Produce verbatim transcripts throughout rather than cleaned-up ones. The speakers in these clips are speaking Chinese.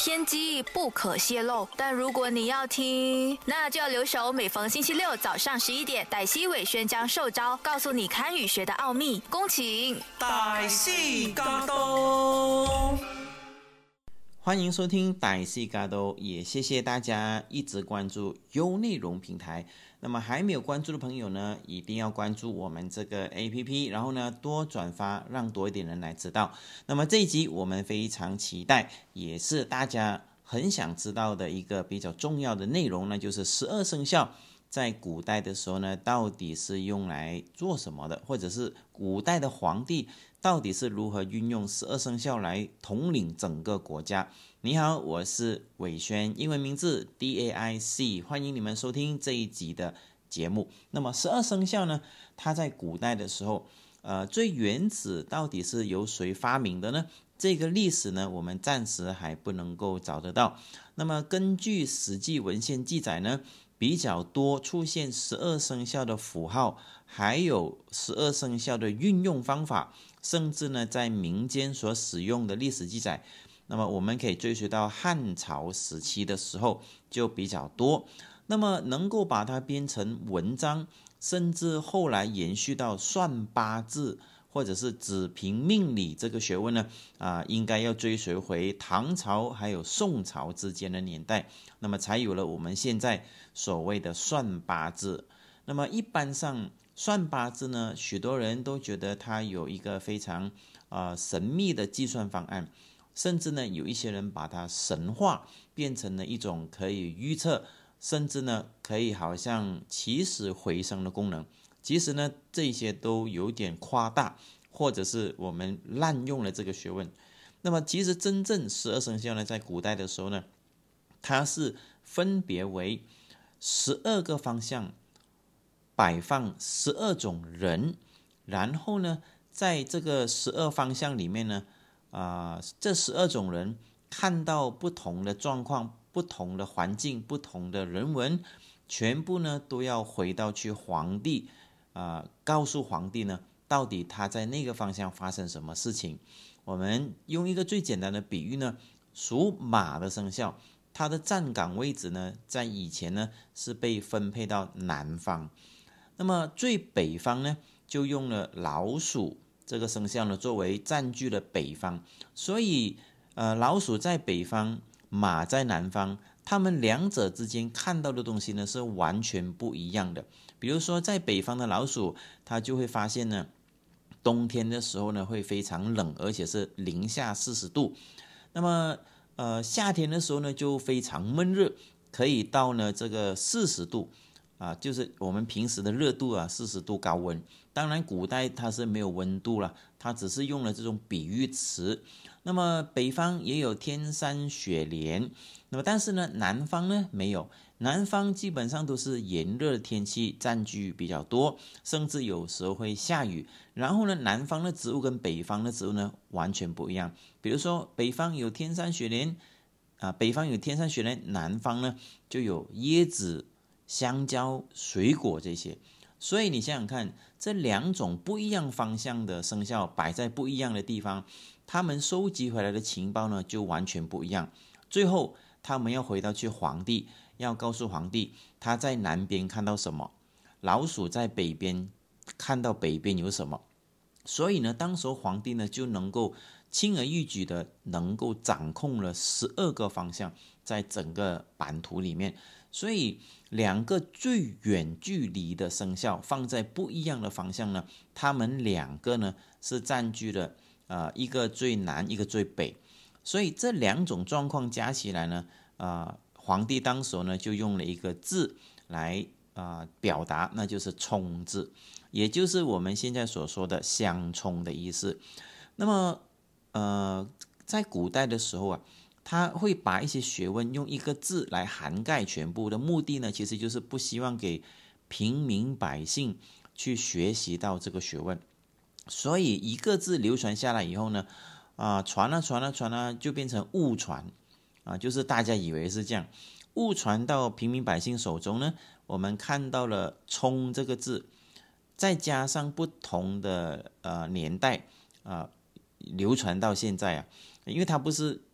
天机不可泄露。但如果你要听，那就要留守每逢星期六早上十一点，黛西伟轩将受招告诉你堪舆学的奥秘。恭请大西加多。 欢迎收听大西加多，也谢谢大家一直关注优内容平台。那么还没有关注的朋友呢，一定要关注我们这个 A P P， 然后呢多转发，让多一点人来知道。那么这一集我们非常期待，也是大家很想知道的一个比较重要的内容，那就是十二生肖在古代的时候呢，到底是用来做什么的，或者是古代的皇帝到底是如何运用十二生肖来统领整个国家。你好，我是伟轩，英文名字 D A I C， 欢迎你们收听这一集的节目。那么十二生肖呢，它在古代的时候呃，最原始到底是由谁发明的呢？这个历史呢，我们暂时还不能够找得到。那么根据史记文献记载呢，比较多出现十二生肖的符号，还有十二生肖的运用方法，甚至呢在民间所使用的历史记载，那么我们可以追随到汉朝时期的时候就比较多。那么能够把它编成文章，甚至后来延续到算八字或者是子平命理这个学问呢，啊，应该要追随回唐朝还有宋朝之间的年代，那么才有了我们现在所谓的算八字。那么一般上算八字呢，许多人都觉得它有一个非常呃神秘的计算方案，甚至呢有一些人把它神化，变成了一种可以预测，甚至呢可以好像起死回生的功能。其实呢这些都有点夸大，或者是我们滥用了这个学问。那么其实真正十二生肖呢，在古代的时候呢，它是分别为十二个方向，摆放十二种人，然后呢在这个十二方向里面呢啊、呃，这十二种人看到不同的状况，不同的环境，不同的人文，全部呢都要回到去皇帝啊、呃，告诉皇帝呢到底他在那个方向发生什么事情。我们用一个最简单的比喻呢，属马的生肖，它的站岗位置呢在以前呢是被分配到南方，那么最北方呢就用了老鼠这个生肖呢作为占据了北方，所以呃，老鼠在北方，马在南方，他们两者之间看到的东西呢是完全不一样的。比如说在北方的老鼠，它就会发现呢，冬天的时候呢会非常冷，而且是零下四十度。那么呃夏天的时候呢就非常闷热，可以到呢这个四十度啊，就是我们平时的热度啊，四十度高温。当然古代它是没有温度了，它只是用了这种比喻词。那么北方也有天山雪莲，那么但是呢南方呢没有，南方基本上都是炎热的天气占据比较多，甚至有时候会下雨。然后呢南方的植物跟北方的植物呢完全不一样，比如说北方有天山雪莲啊，北方有天山雪莲，南方呢就有椰子、香蕉、水果这些。所以你想想看，这两种不一样方向的生肖摆在不一样的地方，他们收集回来的情报呢就完全不一样。最后他们要回到去皇帝，要告诉皇帝他在南边看到什么，老鼠在北边看到北边有什么。所以呢当时皇帝呢就能够轻而易举的能够掌控了十二个方向在整个版图里面。所以两个最远距离的生肖放在不一样的方向呢，他们两个呢是占据了呃一个最南，一个最北。所以这两种状况加起来呢，呃，皇帝当时呢就用了一个字来呃表达，那就是冲字，也就是我们现在所说的相冲的意思。那么呃在古代的时候啊，他会把一些学问用一个字来涵盖全部的目的呢，其实就是不希望给平民百姓去学习到这个学问。所以一个字流传下来以后呢，啊，传啊传啊传啊，就变成误传啊，就是大家以为是这样，误传到平民百姓手中呢，我们看到了冲这个字，再加上不同的呃年代啊、呃、流传到现在啊，因为它不是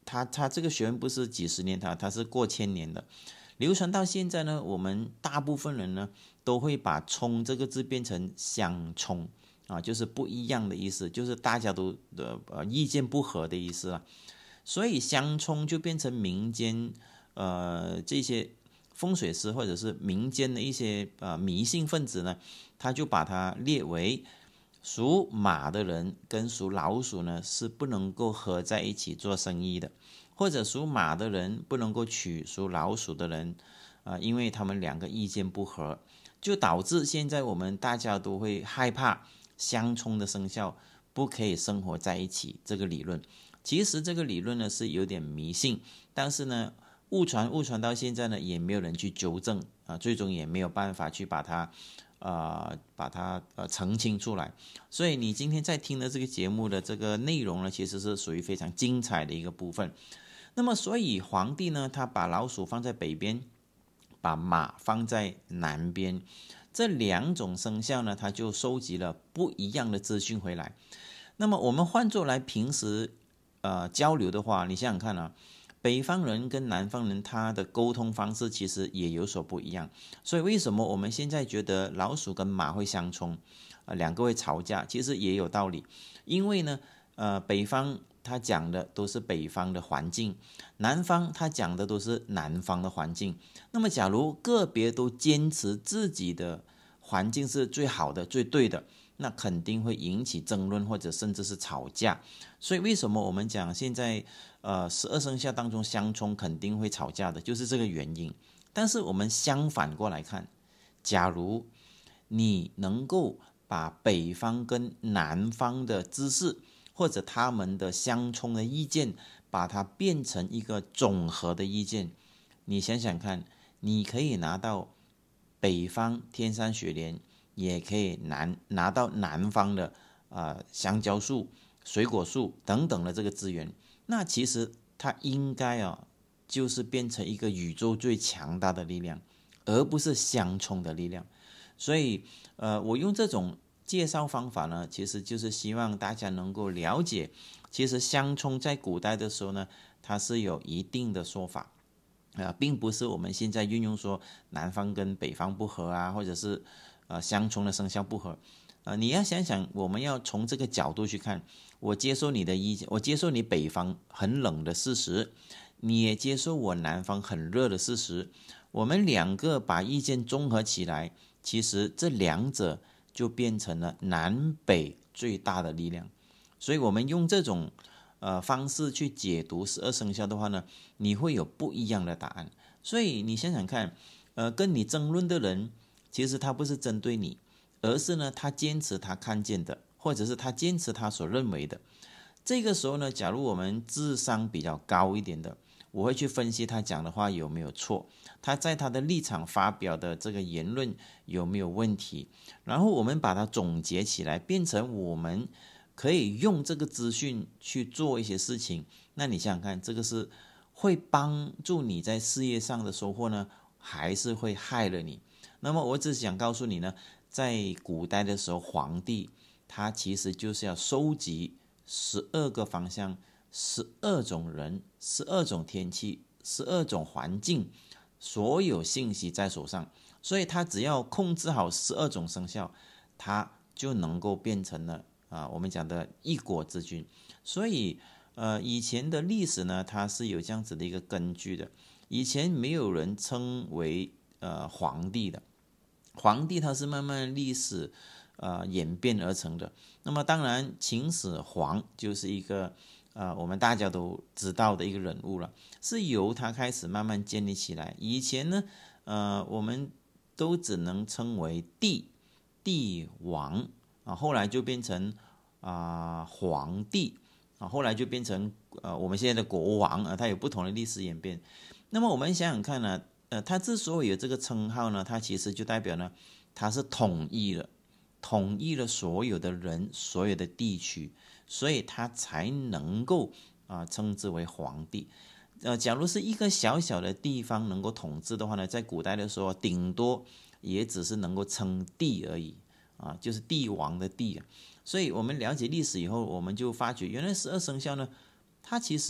它它这个学问不是几十年，它它是过千年的，流传到现在呢，我们大部分人呢都会把冲这个字变成相冲啊，就是不一样的意思，就是大家都的呃意见不合的意思啊。所以相冲就变成民间呃这些风水师或者是民间的一些呃迷信分子呢，他就把它列为属马的人跟属老鼠呢是不能够合在一起做生意的，或者属马的人不能够娶属老鼠的人啊、呃，因为他们两个意见不合，就导致现在我们大家都会害怕相冲的生肖不可以生活在一起这个理论。其实这个理论呢是有点迷信，但是呢误传误传到现在呢也没有人去纠正啊、呃，最终也没有办法去把它呃把它呃澄清出来。所以你今天在听的这个节目的这个内容呢，其实是属于非常精彩的一个部分。那么所以皇帝呢，他把老鼠放在北边，把马放在南边，这两种生肖呢，他就收集了不一样的资讯回来。那么我们换作来平时呃交流的话，你想想看啊，北方人跟南方人他的沟通方式其实也有所不一样。所以为什么我们现在觉得老鼠跟马会相冲，呃两个会吵架，其实也有道理。因为呢呃北方他讲的都是北方的环境，南方他讲的都是南方的环境。那么假如个别都坚持自己的环境是最好的最对的，那肯定会引起争论或者甚至是吵架。所以为什么我们讲现在呃十二生肖当中相冲肯定会吵架的，就是这个原因。但是我们相反过来看，假如你能够把北方跟南方的知识或者他们的相冲的意见把它变成一个总和的意见，你想想看，你可以拿到北方天山雪莲，也可以南拿到南方的呃香蕉树、水果树等等的这个资源，那其实它应该啊就是变成一个宇宙最强大的力量，而不是相冲的力量。所以呃我用这种介绍方法呢，其实就是希望大家能够了解，其实相冲在古代的时候呢，它是有一定的说法啊、呃，并不是我们现在运用说南方跟北方不合啊，或者是呃相冲的生肖不合。呃，你要想想，我们要从这个角度去看，我接受你的意见，我接受你北方很冷的事实，你也接受我南方很热的事实，我们两个把意见综合起来，其实这两者就变成了南北最大的力量。所以我们用这种呃方式去解读十二生肖的话呢，你会有不一样的答案。所以你想想看，呃，跟你争论的人，其实他不是针对你，而是呢他坚持他看见的，或者是他坚持他所认为的。这个时候呢，假如我们智商比较高一点的，我会去分析他讲的话有没有错，他在他的立场发表的这个言论有没有问题，然后我们把它总结起来，变成我们可以用这个资讯去做一些事情。那你想想看，这个是会帮助你在事业上的收获呢，还是会害了你？那么我只想告诉你呢，在古代的时候，皇帝他其实就是要收集十二个方向、十二种人、十二种天气、十二种环境，所有信息在手上。所以他只要控制好十二种生肖，他就能够变成了啊，我们讲的一国之君。所以呃，以前的历史呢，它是有这样子的一个根据的。以前没有人称为呃皇帝的，皇帝他是慢慢历史呃演变而成的。那么当然秦始皇就是一个呃我们大家都知道的一个人物了，是由他开始慢慢建立起来。以前呢呃我们都只能称为帝帝王啊，后来就变成啊、呃、皇帝啊，后来就变成呃我们现在的国王啊，它有不同的历史演变。那么我们想想看呢，呃，他之所以有这个称号呢，他其实就代表呢，他是统一了，统一了所有的人，所有的地区，所以他才能够啊、呃、称之为皇帝。呃，假如是一个小小的地方能够统治的话呢，在古代的时候，顶多也只是能够称帝而已啊，就是帝王的帝。所以我们了解历史以后，我们就发觉，原来十二生肖呢，它其实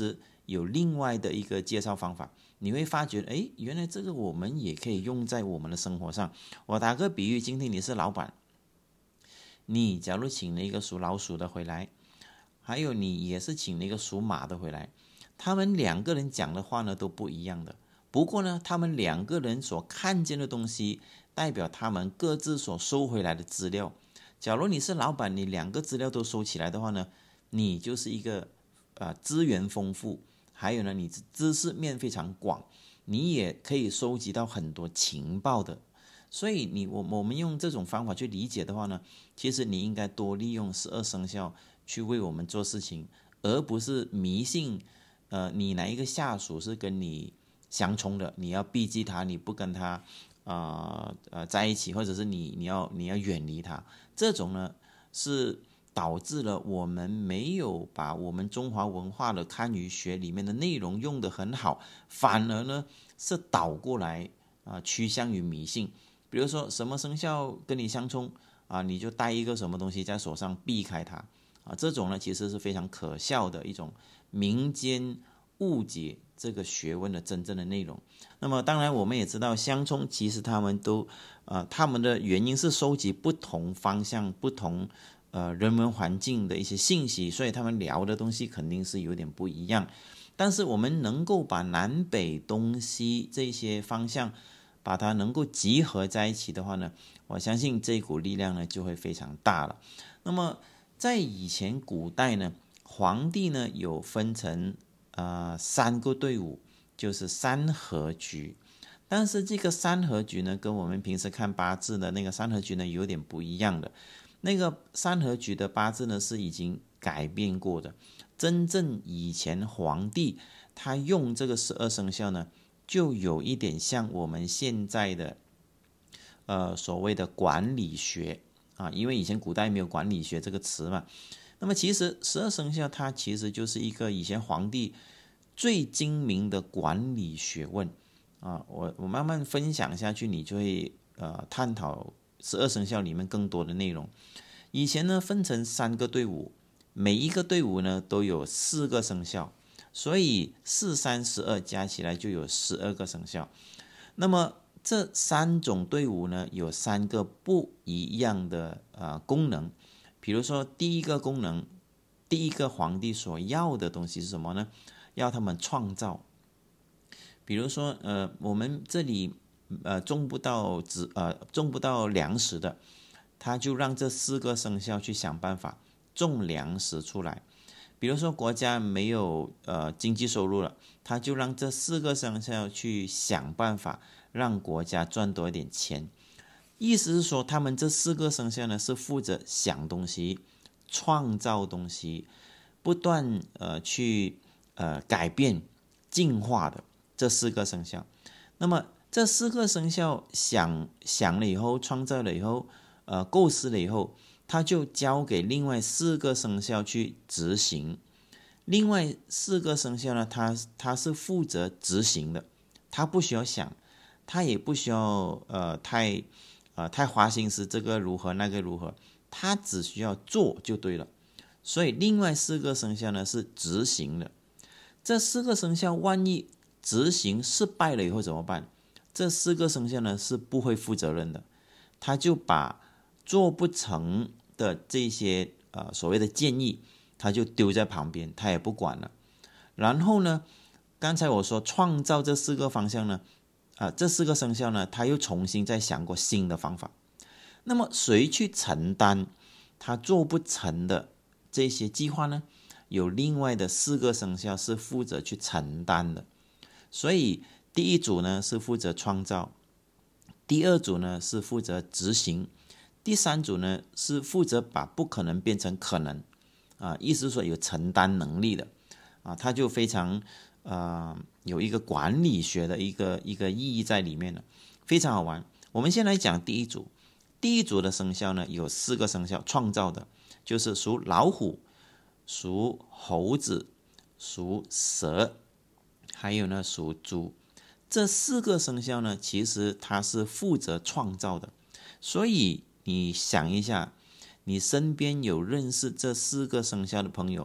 有另外的一个介绍方法，你会发觉，哎，原来这个我们也可以用在我们的生活上。我打个比喻，今天你是老板，你假如请了一个属老鼠的回来，还有你也是请了一个属马的回来，他们两个人讲的话呢都不一样的。不过呢，他们两个人所看见的东西，代表他们各自所收回来的资料。假如你是老板，你两个资料都收起来的话呢，你就是一个呃资源丰富，还有呢，你知识面非常广，你也可以收集到很多情报的。所以你我我们用这种方法去理解的话呢，其实你应该多利用十二生肖去为我们做事情，而不是迷信。呃，你哪一个下属是跟你相冲的，你要避忌他，你不跟他呃呃在一起，或者是你你要你要远离他，这种呢是导致了我们没有把我们中华文化的堪舆学里面的内容用得很好，反而呢是倒过来啊、呃、趋向于迷信。比如说什么生肖跟你相冲啊，你就带一个什么东西在手上避开它啊，这种呢其实是非常可笑的一种民间误解这个学问的真正的内容。那么当然我们也知道，相冲其实他们都呃他们的原因是收集不同方向、不同呃人文环境的一些信息，所以他们聊的东西肯定是有点不一样。但是我们能够把南北东西这些方向把它能够集合在一起的话呢，我相信这股力量呢就会非常大了。那么在以前古代呢，皇帝呢有分成呃三个队伍，就是三合局。但是这个三合局呢，跟我们平时看八字的那个三合局呢有点不一样的。那个三合局的八字呢是已经改变过的。真正以前皇帝他用这个十二生肖呢，就有一点像我们现在的呃所谓的管理学啊，因为以前古代没有管理学这个词嘛。那么其实十二生肖它其实就是一个以前皇帝最精明的管理学问啊。我我慢慢分享下去，你就会呃探讨十二生肖里面更多的内容。以前呢分成三个队伍，每一个队伍呢都有四个生肖，所以四三十二加起来就有十二个生肖。那么这三种队伍呢有三个不一样的呃功能。比如说第一个功能，第一个皇帝所要的东西是什么呢？要他们创造。比如说呃我们这里呃种不到植呃种不到粮食的，他就让这四个生肖去想办法种粮食出来。比如说国家没有呃经济收入了，他就让这四个生肖去想办法让国家赚多一点钱。意思是说，他们这四个生肖呢是负责想东西、创造东西，不断呃去呃改变、进化的这四个生肖。那么这四个生肖想想了以后，创造了以后，呃构思了以后，他就交给另外四个生肖去执行。另外四个生肖呢，他他是负责执行的，他不需要想，他也不需要呃太呃太花心思这个如何那个如何，他只需要做就对了。所以另外四个生肖呢是执行的。这四个生肖万一执行失败了以后怎么办？这四个生肖呢是不会负责任的，他就把做不成的这些呃所谓的建议，他就丢在旁边，他也不管了。然后呢，刚才我说创造这四个方向呢，啊、呃，这四个生肖呢，他又重新再想过新的方法。那么谁去承担他做不成的这些计划呢？有另外的四个生肖是负责去承担的。所以第一组呢是负责创造，第二组呢是负责执行，第三组呢是负责把不可能变成可能啊，意思是说有承担能力的啊，他就非常呃有一个管理学的一个一个意义在里面了，非常好玩。我们先来讲第一组，第一组的生肖呢有四个生肖创造的，就是属老虎、属猴子、属蛇，还有呢属猪。这四个生肖呢，其实它是负责创造的。所以你想一下，你身边有认识这四个生肖的朋友，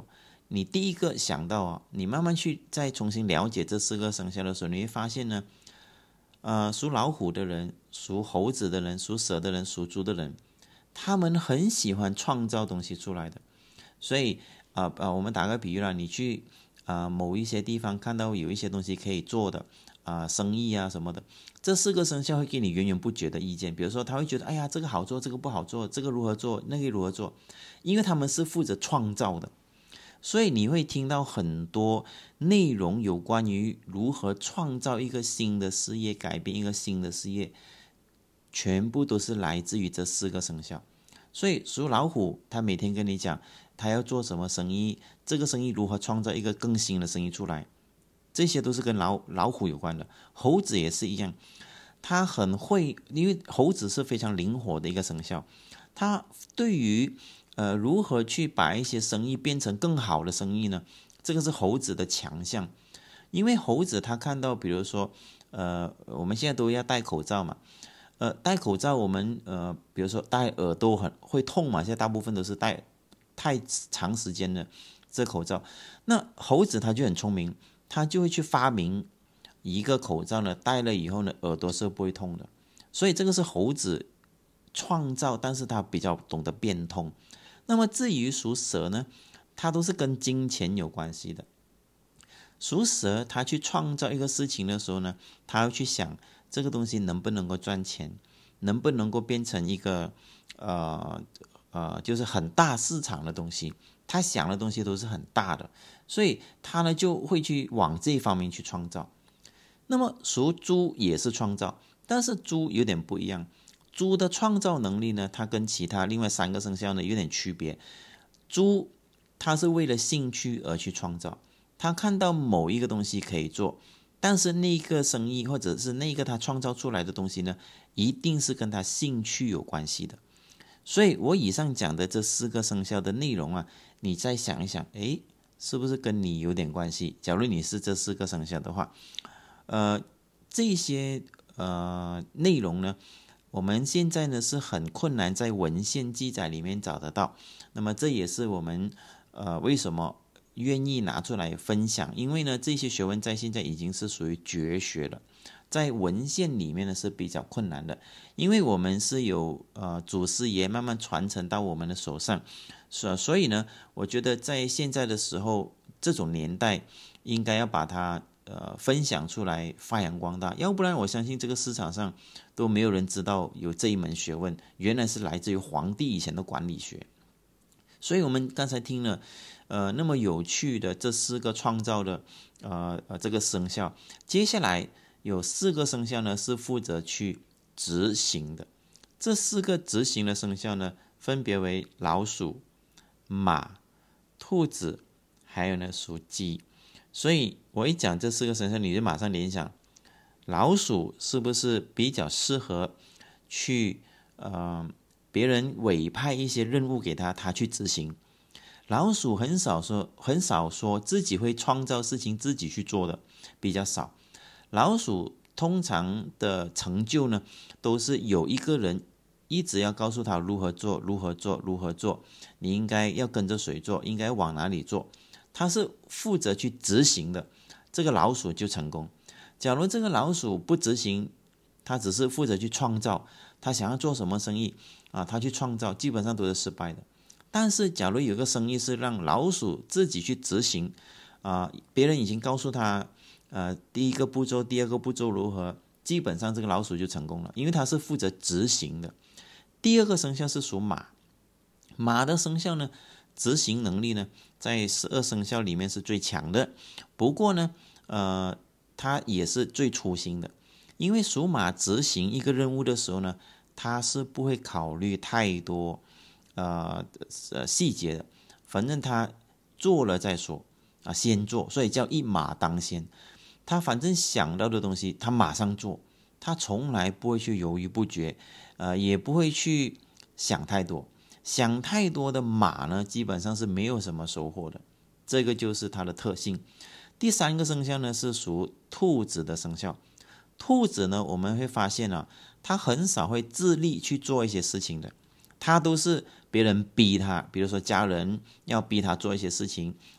你第一个想到啊，你慢慢去再重新了解这四个生肖的时候，你会发现呢，呃，属老虎的人、属猴子的人、属蛇的人、属猪的人，他们很喜欢创造东西出来的。所以，呃呃，我们打个比喻啦，你去啊、呃、某一些地方看到有一些东西可以做的啊、呃，生意啊什么的，这四个生肖会给你源源不绝的意见。比如说，他会觉得，哎呀，这个好做，这个不好做，这个如何做，那个如何做，因为他们是负责创造的。所以你会听到很多内容有关于如何创造一个新的事业，改变一个新的事业，全部都是来自于这四个生肖。所以属老虎，他每天跟你讲他要做什么生意，这个生意如何创造一个更新的生意出来，这些都是跟老老虎有关的。猴子也是一样，他很会，因为猴子是非常灵活的一个生肖，他对于呃，如何去把一些生意变成更好的生意呢？这个是猴子的强项。因为猴子他看到，比如说，呃，我们现在都要戴口罩嘛，呃，戴口罩我们呃，比如说戴耳朵很会痛嘛，现在大部分都是戴太长时间的这口罩。那猴子他就很聪明，他就会去发明一个口罩呢，戴了以后呢，耳朵是不会痛的。所以这个是猴子创造，但是他比较懂得变通。那么至于属蛇呢，它都是跟金钱有关系的。属蛇他去创造一个事情的时候呢，他要去想这个东西能不能够赚钱，能不能够变成一个呃呃就是很大市场的东西，他想的东西都是很大的，所以他呢就会去往这方面去创造。那么属猪也是创造，但是猪有点不一样。猪的创造能力呢，它跟其他另外三个生肖呢有点区别。猪它是为了兴趣而去创造，他看到某一个东西可以做，但是那个生意或者是那个他创造出来的东西呢，一定是跟他兴趣有关系的。所以我以上讲的这四个生肖的内容啊，你再想一想，诶，是不是跟你有点关系？假如你是这四个生肖的话，呃，这些呃内容呢，我们现在呢是很困难在文献记载里面找得到。那么这也是我们呃为什么愿意拿出来分享，因为呢这些学问在现在已经是属于绝学了，在文献里面呢是比较困难的，因为我们是有呃祖师爷慢慢传承到我们的手上，所以呢我觉得在现在的时候，这种年代应该要把它呃分享出来，发扬光大，要不然我相信这个市场上都没有人知道有这一门学问，原来是来自于皇帝以前的管理学。所以我们刚才听了呃那么有趣的这四个创造的呃呃这个生肖，接下来有四个生肖呢是负责去执行的。这四个执行的生肖呢分别为老鼠、马、兔子，还有呢属鸡。所以我一讲这四个生肖，你就马上联想，老鼠是不是比较适合去呃别人委派一些任务给他，他去执行？老鼠很少说很少说自己会创造事情自己去做的，比较少。老鼠通常的成就呢，都是有一个人一直要告诉他如何做，如何做，如何做，你应该要跟着谁做，应该往哪里做，他是负责去执行的，这个老鼠就成功。假如这个老鼠不执行，他只是负责去创造，他想要做什么生意啊，他去创造，基本上都是失败的。但是假如有个生意是让老鼠自己去执行啊，别人已经告诉他呃第一个步骤，第二个步骤如何，基本上这个老鼠就成功了，因为他是负责执行的。第二个生肖是属马，马的生肖呢，执行能力呢，在十二生肖里面是最强的。不过呢，呃，它也是最粗心的，因为属马执行一个任务的时候呢，它是不会考虑太多呃呃细节的，反正他做了再说啊，先做，所以叫一马当先。他反正想到的东西，他马上做，他从来不会去犹豫不决，呃，也不会去想太多。想太多的马呢，基本上是没有什么收获的，这个就是它的特性。第三个生肖呢是属兔子的生肖。兔子呢，我们会发现啊，它很少会自力去做一些事情的，它都是别人逼他，比如说家人要逼他做一些事情，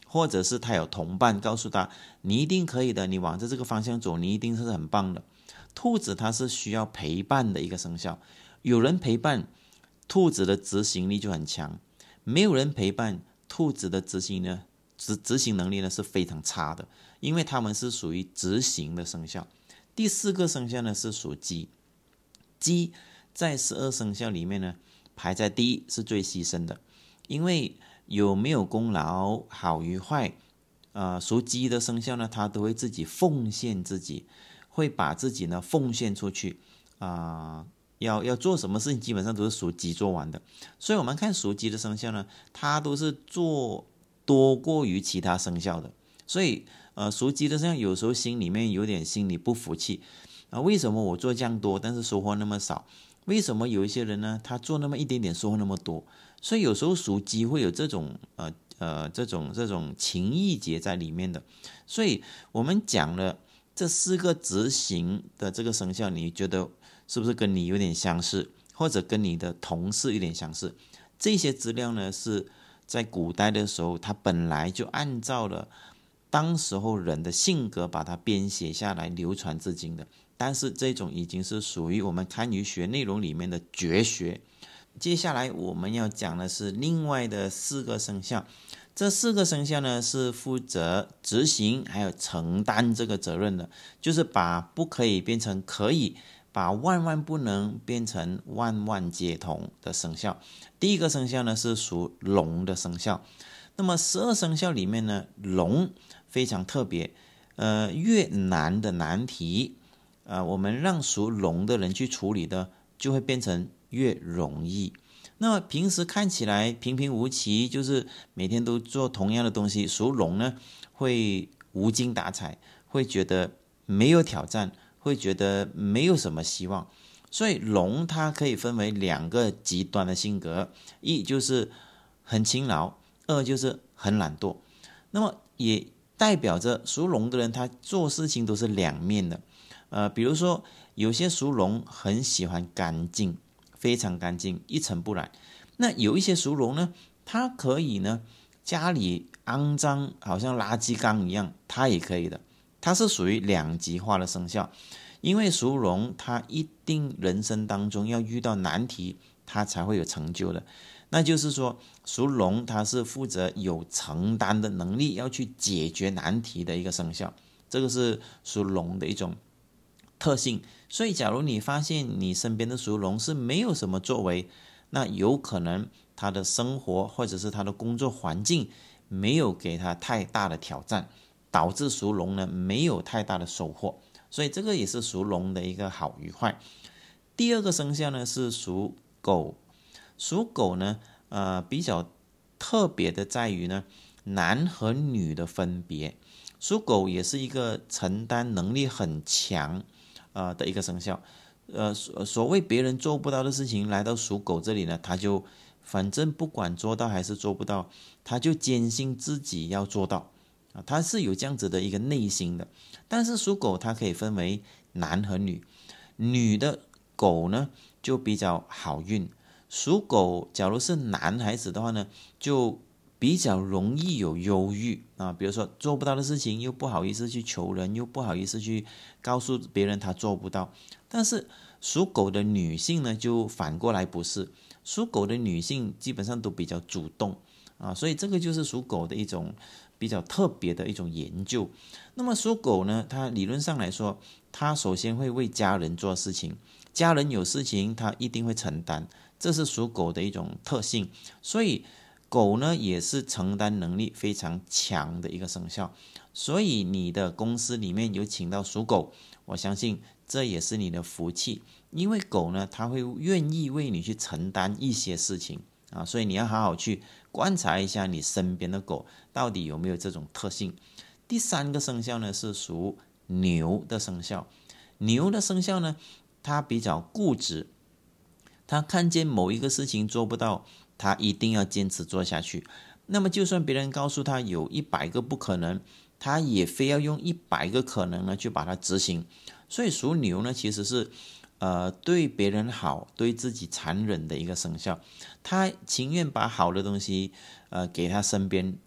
或者是他有同伴告诉他你一定可以的，你往着这个方向走，你一定是很棒的。兔子它是需要陪伴的一个生肖，有人陪伴，兔子的执行力就很强，没有人陪伴，兔子的执行呢执执行能力呢是非常差的，因为他们是属于执行的生肖。第四个生肖呢是属鸡，鸡在十二生肖里面呢排在第一，是最牺牲的，因为有没有功劳好与坏，呃，属鸡的生肖呢，他都会自己奉献自己，会把自己呢奉献出去啊、呃，要要做什么事情基本上都是属鸡做完的。所以我们看属鸡的生肖呢，他都是做多过于其他生肖的。所以呃，属鸡的生肖有时候心里面有点心里不服气啊、呃，为什么我做这样多，但是收获那么少？为什么有一些人呢，他做那么一点点，收获那么多？所以有时候属鸡会有这种呃呃这种这种情意结在里面的。所以我们讲了这四个执行的这个生肖，你觉得是不是跟你有点相似，或者跟你的同事有点相似？这些资料呢是在古代的时候，它本来就按照了当时候人的性格把它编写下来，流传至今的。但是这种已经是属于我们堪舆学内容里面的绝学。接下来我们要讲的是另外的四个生肖，这四个生肖呢是负责执行还有承担这个责任的，就是把不可以变成可以，把万万不能变成万万皆通的生肖。第一个生肖呢是属龙的生肖。那么十二生肖里面呢，龙非常特别，呃，越难的难题，呃，我们让属龙的人去处理的，就会变成越容易。那么平时看起来平平无奇，就是每天都做同样的东西，属龙呢会无精打采，会觉得没有挑战，会觉得没有什么希望。所以龙它可以分为两个极端的性格，一就是很勤劳，二就是很懒惰。那么也代表着属龙的人他做事情都是两面的。呃，比如说有些属龙很喜欢干净，非常干净，一尘不染。那有一些属龙呢，他可以呢家里肮脏，好像垃圾缸一样，他也可以的。他是属于两极化的生肖，因为属龙他一定人生当中要遇到难题，他才会有成就的。那就是说属龙他是负责有承担的能力，要去解决难题的一个生肖，这个是属龙的一种特性。所以假如你发现你身边的属龙是没有什么作为，那有可能他的生活或者是他的工作环境没有给他太大的挑战，导致属龙呢没有太大的收获。所以这个也是属龙的一个好与坏。第二个生肖呢是属狗。属狗呢呃比较特别的在于呢男和女的分别。属狗也是一个承担能力很强呃的一个生肖。呃所所谓别人做不到的事情，来到属狗这里呢，他就反正不管做到还是做不到，他就坚信自己要做到啊，他是有这样子的一个内心的。但是属狗它可以分为男和女，女的狗呢就比较好运。属狗假如是男孩子的话呢，就比较容易有忧郁啊，比如说做不到的事情又不好意思去求人，又不好意思去告诉别人他做不到。但是属狗的女性呢就反过来不是，属狗的女性基本上都比较主动啊，所以这个就是属狗的一种比较特别的一种研究。那么属狗呢，它理论上来说，它首先会为家人做事情，家人有事情它一定会承担，这是属狗的一种特性。所以狗呢也是承担能力非常强的一个生肖。所以你的公司里面有请到属狗，我相信这也是你的福气，因为狗呢它会愿意为你去承担一些事情啊，所以你要好好去观察一下你身边的狗到底有没有这种特性。第三个生肖呢是属牛的生肖。牛的生肖呢，它比较固执，他看见某一个事情做不到，他一定要坚持做下去。那么就算别人告诉他有一百个不可能，他也非要用一百个可能呢去把它执行。所以属牛呢其实是呃对别人好，对自己残忍的一个生肖。他情愿把好的东西呃给他身边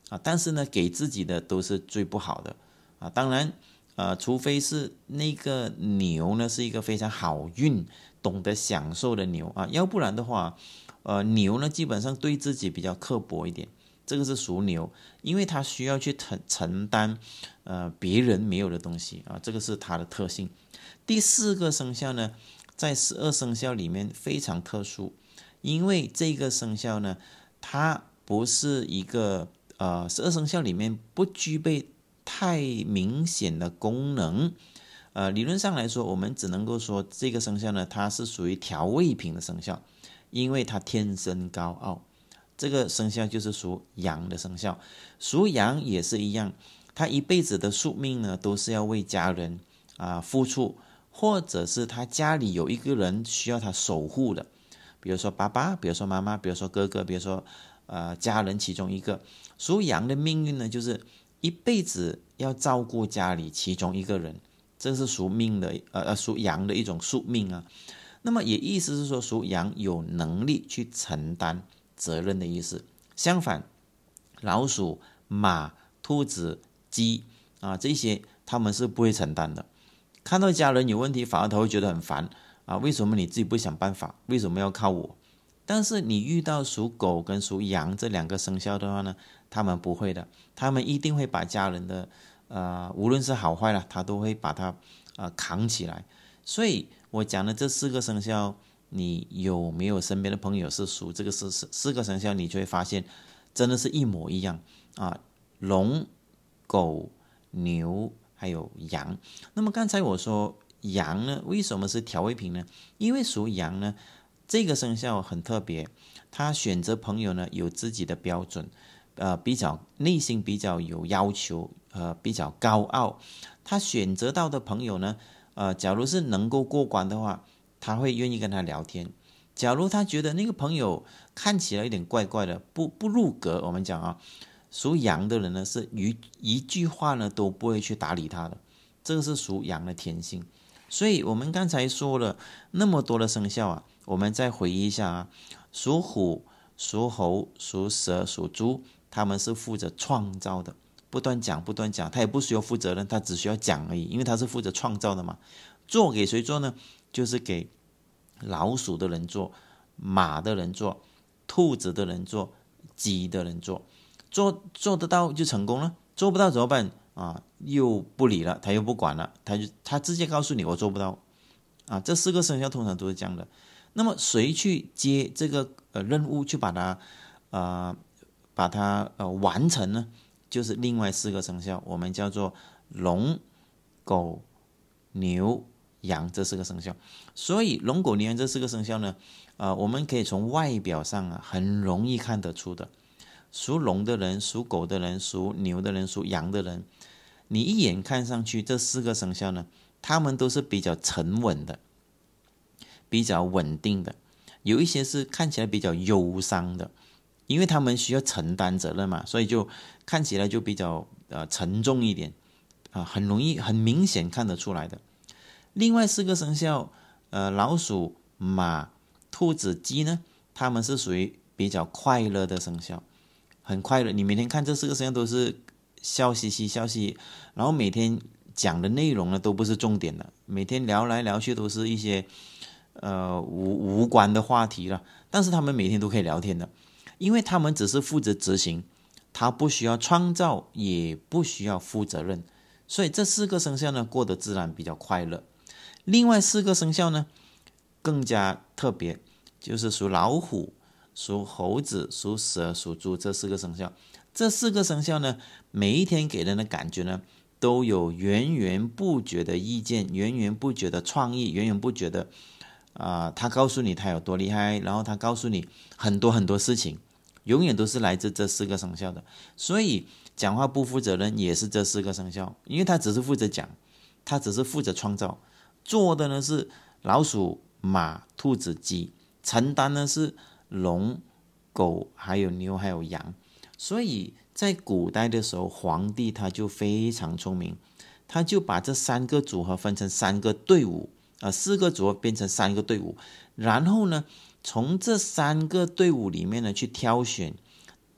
啊，但是呢，给自己的都是最不好的啊。当然，呃，除非是那个牛呢是一个非常好运、懂得享受的牛啊，要不然的话，呃，牛呢基本上对自己比较刻薄一点。这个是属牛，因为它需要去承承担呃别人没有的东西啊，这个是它的特性。第四个生肖呢，在十二生肖里面非常特殊，因为这个生肖呢，它不是一个呃十二生肖里面不具备太明显的功能。呃，理论上来说，我们只能够说这个生肖呢，它是属于调味品的生肖，因为它天生高傲。这个生肖就是属羊的生肖，属羊也是一样，他一辈子的宿命呢，都是要为家人啊、呃、付出，或者是他家里有一个人需要他守护的，比如说爸爸，比如说妈妈，比如说哥哥，比如说呃家人其中一个。属羊的命运呢，就是一辈子要照顾家里其中一个人，这是属命的呃呃属羊的一种宿命啊。那么也意思是说，属羊有能力去承担责任的意思。相反，老鼠、马、兔子、鸡啊，这些他们是不会承担的。看到家人有问题，反而他会觉得很烦啊！为什么你自己不想办法？为什么要靠我？但是你遇到属狗跟属羊这两个生肖的话呢，他们不会的，他们一定会把家人的呃，无论是好坏了，他都会把它呃扛起来。所以我讲的这四个生肖，你有没有身边的朋友是属这个四四四个生肖，你就会发现真的是一模一样啊，龙、狗、牛还有羊。那么刚才我说羊呢，为什么是调味品呢？因为属羊呢，这个生肖很特别，他选择朋友呢有自己的标准，呃，比较内心比较有要求，呃，比较高傲。他选择到的朋友呢，呃，假如是能够过关的话，他会愿意跟他聊天。假如他觉得那个朋友看起来有点怪怪的，不不入格，我们讲啊，属羊的人呢是一一句话呢都不会去搭理他的，这个是属羊的天性。所以我们刚才说了那么多的生肖啊，我们再回忆一下啊，属虎、属猴、属蛇、属猪，他们是负责创造的，不断讲不断讲，他也不需要负责任，他只需要讲而已，因为他是负责创造的嘛。做给谁做呢？就是给老鼠的人做，马的人做，兔子的人做，鸡的人做，做做得到就成功了，做不到怎么办啊？又不理了，他又不管了，他就他直接告诉你我做不到啊。这四个生肖通常都是这样的。那么谁去接这个呃任务，去把它呃把它呃完成呢？就是另外四个生肖，我们叫做龙、狗、牛、羊这四个生肖。所以龙、狗、牛、羊这四个生肖呢，呃，我们可以从外表上啊很容易看得出的。属龙的人、属狗的人、属牛的人、属羊的人，你一眼看上去这四个生肖呢，他们都是比较沉稳的，比较稳定的，有一些是看起来比较忧伤的，因为他们需要承担责任嘛，所以就看起来就比较呃沉重一点啊、呃，很容易很明显看得出来的。另外四个生肖，呃，老鼠、马、兔子、鸡呢，他们是属于比较快乐的生肖，很快乐。你每天看这四个生肖都是笑嘻嘻笑嘻嘻，然后每天讲的内容呢都不是重点的，每天聊来聊去都是一些呃无无关的话题了，但是他们每天都可以聊天的，因为他们只是负责执行，他不需要创造，也不需要负责任，所以这四个生肖呢过得自然比较快乐。另外四个生肖呢更加特别，就是属老虎、属猴子、属蛇、属猪这四个生肖。这四个生肖呢，每一天给人的感觉呢，都有源源不绝的意见，源源不绝的创意，源源不绝的啊、呃，他告诉你他有多厉害，然后他告诉你很多很多事情，永远都是来自这四个生肖的。所以讲话不负责任也是这四个生肖，因为他只是负责讲，他只是负责创造，做的呢是老鼠、马、兔子、鸡，承担呢是龙、狗还有牛还有羊。所以在古代的时候，皇帝他就非常聪明，他就把这三个组合分成三个队伍，呃，四个组合变成三个队伍，然后呢，从这三个队伍里面呢去挑选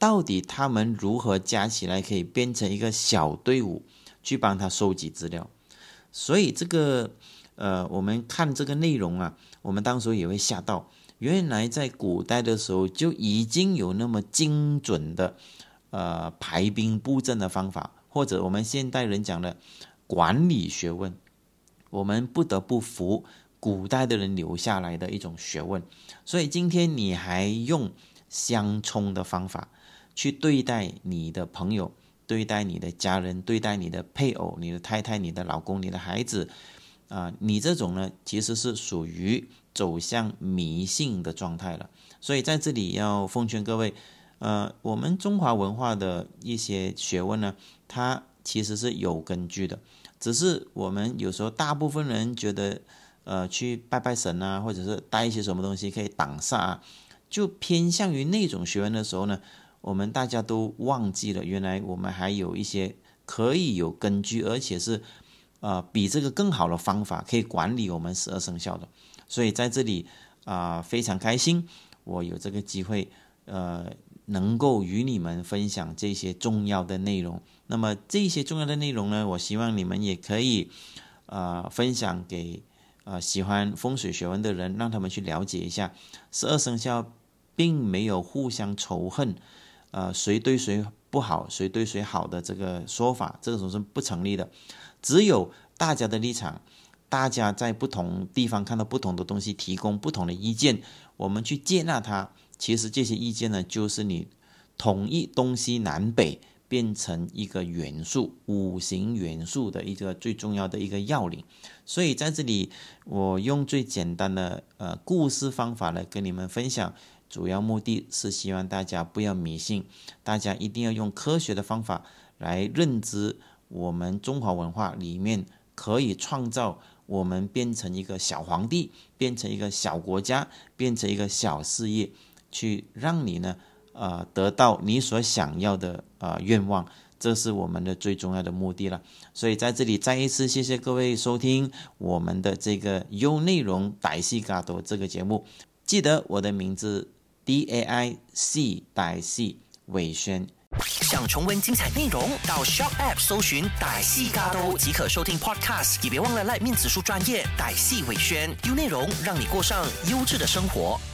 到底他们如何加起来可以变成一个小队伍去帮他收集资料。所以这个呃，我们看这个内容啊，我们当时也会吓到，原来在古代的时候就已经有那么精准的呃排兵布阵的方法，或者我们现代人讲的管理学问，我们不得不服古代的人留下来的一种学问。所以今天你还用相冲的方法去对待你的朋友，对待你的家人，对待你的配偶，你的太太，你的老公，你的孩子啊、呃，你这种呢其实是属于走向迷信的状态了。所以在这里要奉劝各位，呃，我们中华文化的一些学问呢，它其实是有根据的，只是我们有时候大部分人觉得呃去拜拜神啊，或者是带一些什么东西可以挡煞啊，就偏向于那种学问的时候呢，我们大家都忘记了原来我们还有一些可以有根据，而且是呃比这个更好的方法可以管理我们十二生肖的。所以在这里啊、呃、非常开心我有这个机会呃能够与你们分享这些重要的内容。那么这些重要的内容呢，我希望你们也可以呃分享给呃喜欢风水学问的人，让他们去了解一下十二生肖并没有互相仇恨，呃谁对谁不好谁对谁好的这个说法，这种是不成立的。只有大家的立场，大家在不同地方看到不同的东西，提供不同的意见，我们去接纳它。其实这些意见呢，就是你统一东西南北变成一个元素，五行元素的一个最重要的一个要领。所以在这里我用最简单的呃故事方法来跟你们分享，主要目的是希望大家不要迷信，大家一定要用科学的方法来认知我们中华文化里面可以创造我们变成一个小皇帝，变成一个小国家，变成一个小事业，去让你呢呃得到你所想要的呃愿望，这是我们的最重要的目的了。所以在这里再一次谢谢各位收听我们的这个优内容大师咖多这个节目。记得我的名字 D A I C 大师伟轩。 想重温精彩内容，到 Shop App 搜寻大戏咖都即可收听 Podcast， 也别忘了赖面子书专业大戏伟轩，优内容让你过上优质的生活。